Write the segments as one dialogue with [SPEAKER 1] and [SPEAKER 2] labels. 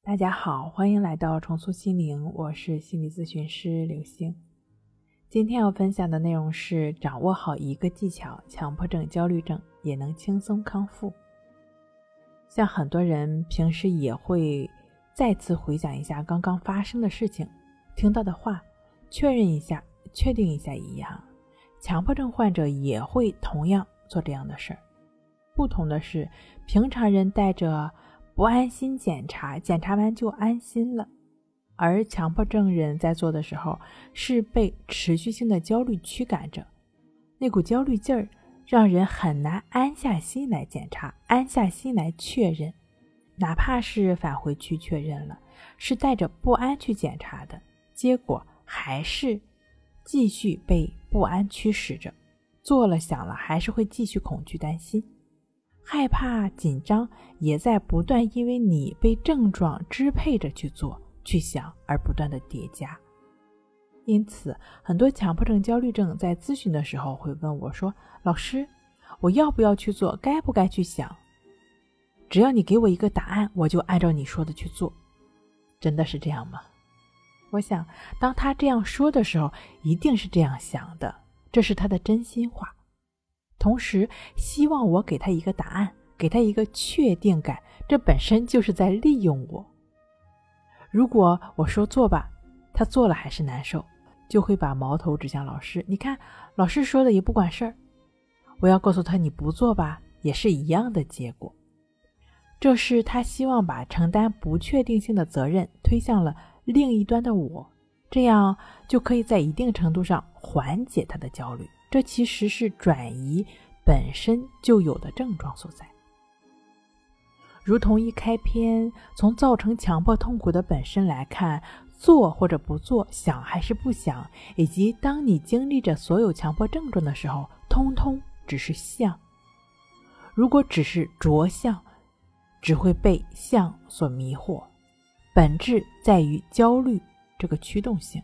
[SPEAKER 1] 大家好，欢迎来到重塑心灵，我是心理咨询师刘星。今天要分享的内容是掌握好一个技巧，强迫症、焦虑症也能轻松康复。像很多人平时也会再次回想一下刚刚发生的事情，听到的话，确认一下，确定一下一样。强迫症患者也会同样做这样的事儿，不同的是，平常人带着不安心检查，检查完就安心了，而强迫症人在做的时候是被持续性的焦虑驱赶着，那股焦虑劲儿让人很难安下心来检查，安下心来确认，哪怕是返回去确认了，是带着不安去检查的，结果还是继续被不安驱使着，做了想了还是会继续恐惧担心，害怕紧张也在不断因为你被症状支配着去做去想而不断的叠加。因此很多强迫症焦虑症在咨询的时候会问我说，老师，我要不要去做，该不该去想？只要你给我一个答案，我就按照你说的去做。真的是这样吗？我想当他这样说的时候一定是这样想的，这是他的真心话，同时希望我给他一个答案，给他一个确定感，这本身就是在利用我。如果我说做吧，他做了还是难受，就会把矛头指向老师，你看老师说的也不管事儿，我要告诉他你不做吧，也是一样的结果。这是他希望把承担不确定性的责任推向了另一端的我，这样就可以在一定程度上缓解他的焦虑，这其实是转移本身就有的症状所在。如同一开篇，从造成强迫痛苦的本身来看，做或者不做，想还是不想，以及当你经历着所有强迫症状的时候，通通只是相。如果只是着相，只会被相所迷惑，本质在于焦虑这个驱动性。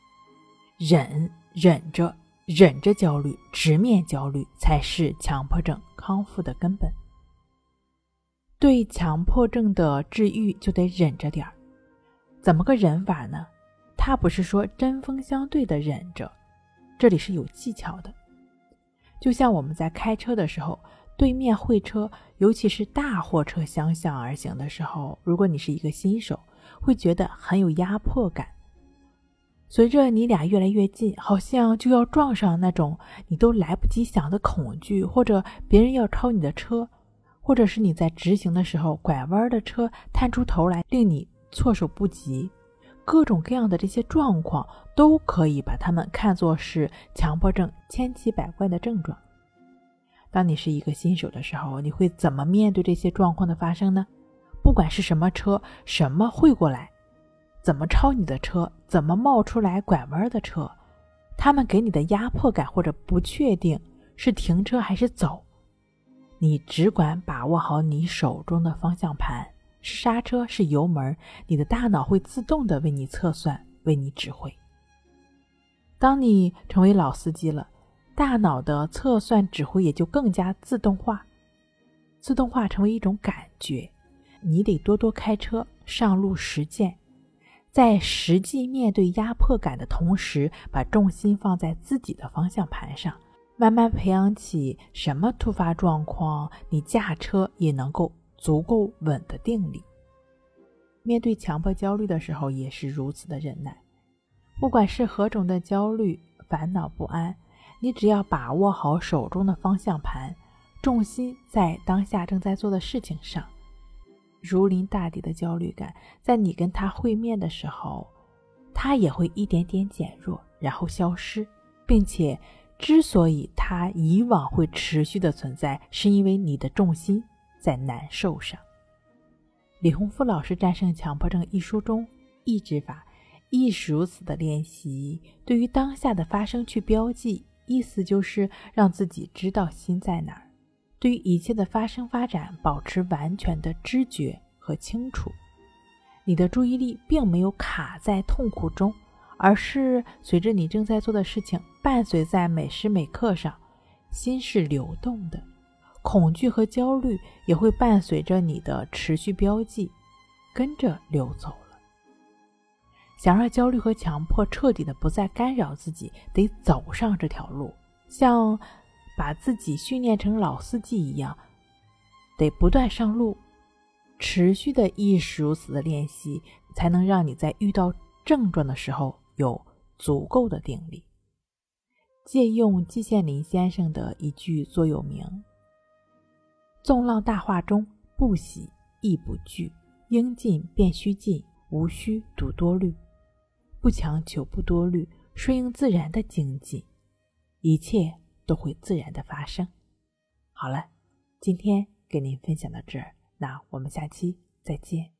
[SPEAKER 1] 忍着焦虑，直面焦虑，才是强迫症康复的根本。对强迫症的治愈就得忍着点儿。怎么个忍法呢？它不是说针锋相对的忍着，这里是有技巧的。就像我们在开车的时候，对面会车，尤其是大货车相向而行的时候，如果你是一个新手，会觉得很有压迫感。随着你俩越来越近，好像就要撞上那种你都来不及想的恐惧，或者别人要超你的车，或者是你在直行的时候拐弯的车探出头来令你措手不及，各种各样的这些状况都可以把它们看作是强迫症千奇百怪的症状。当你是一个新手的时候，你会怎么面对这些状况的发生呢？不管是什么车，什么会过来，怎么超你的车，怎么冒出来拐弯的车，他们给你的压迫感或者不确定是停车还是走，你只管把握好你手中的方向盘，是刹车是油门，你的大脑会自动的为你测算，为你指挥。当你成为老司机了，大脑的测算指挥也就更加自动化，自动化成为一种感觉。你得多多开车，上路实践，在实际面对压迫感的同时，把重心放在自己的方向盘上，慢慢培养起什么突发状况你驾车也能够足够稳的定力。面对强迫焦虑的时候也是如此的忍耐，不管是何种的焦虑、烦恼、不安，你只要把握好手中的方向盘，重心在当下正在做的事情上。如临大敌的焦虑感，在你跟他会面的时候，他也会一点点减弱，然后消失，并且之所以它以往会持续的存在，是因为你的重心在难受上。李洪福老师《战胜强迫症》一书中，意志法亦是如此的练习，对于当下的发生去标记，意思就是让自己知道心在哪儿，对于一切的发生发展保持完全的知觉和清楚。你的注意力并没有卡在痛苦中，而是随着你正在做的事情伴随在每时每刻上，心是流动的，恐惧和焦虑也会伴随着你的持续标记， 跟着溜走了。想让焦虑和强迫彻底的不再干扰自己，得走上这条路，像把自己训练成老司机一样，得不断上路，持续的亦是如此的练习，才能让你在遇到症状的时候有足够的定力。借用季羡林先生的一句座右铭：纵浪大化中，不喜亦不惧，应尽便须尽，无需睹多虑。不强求不多虑，顺应自然的经济，一切都会自然的发生。好了，今天给您分享到这儿，那我们下期再见。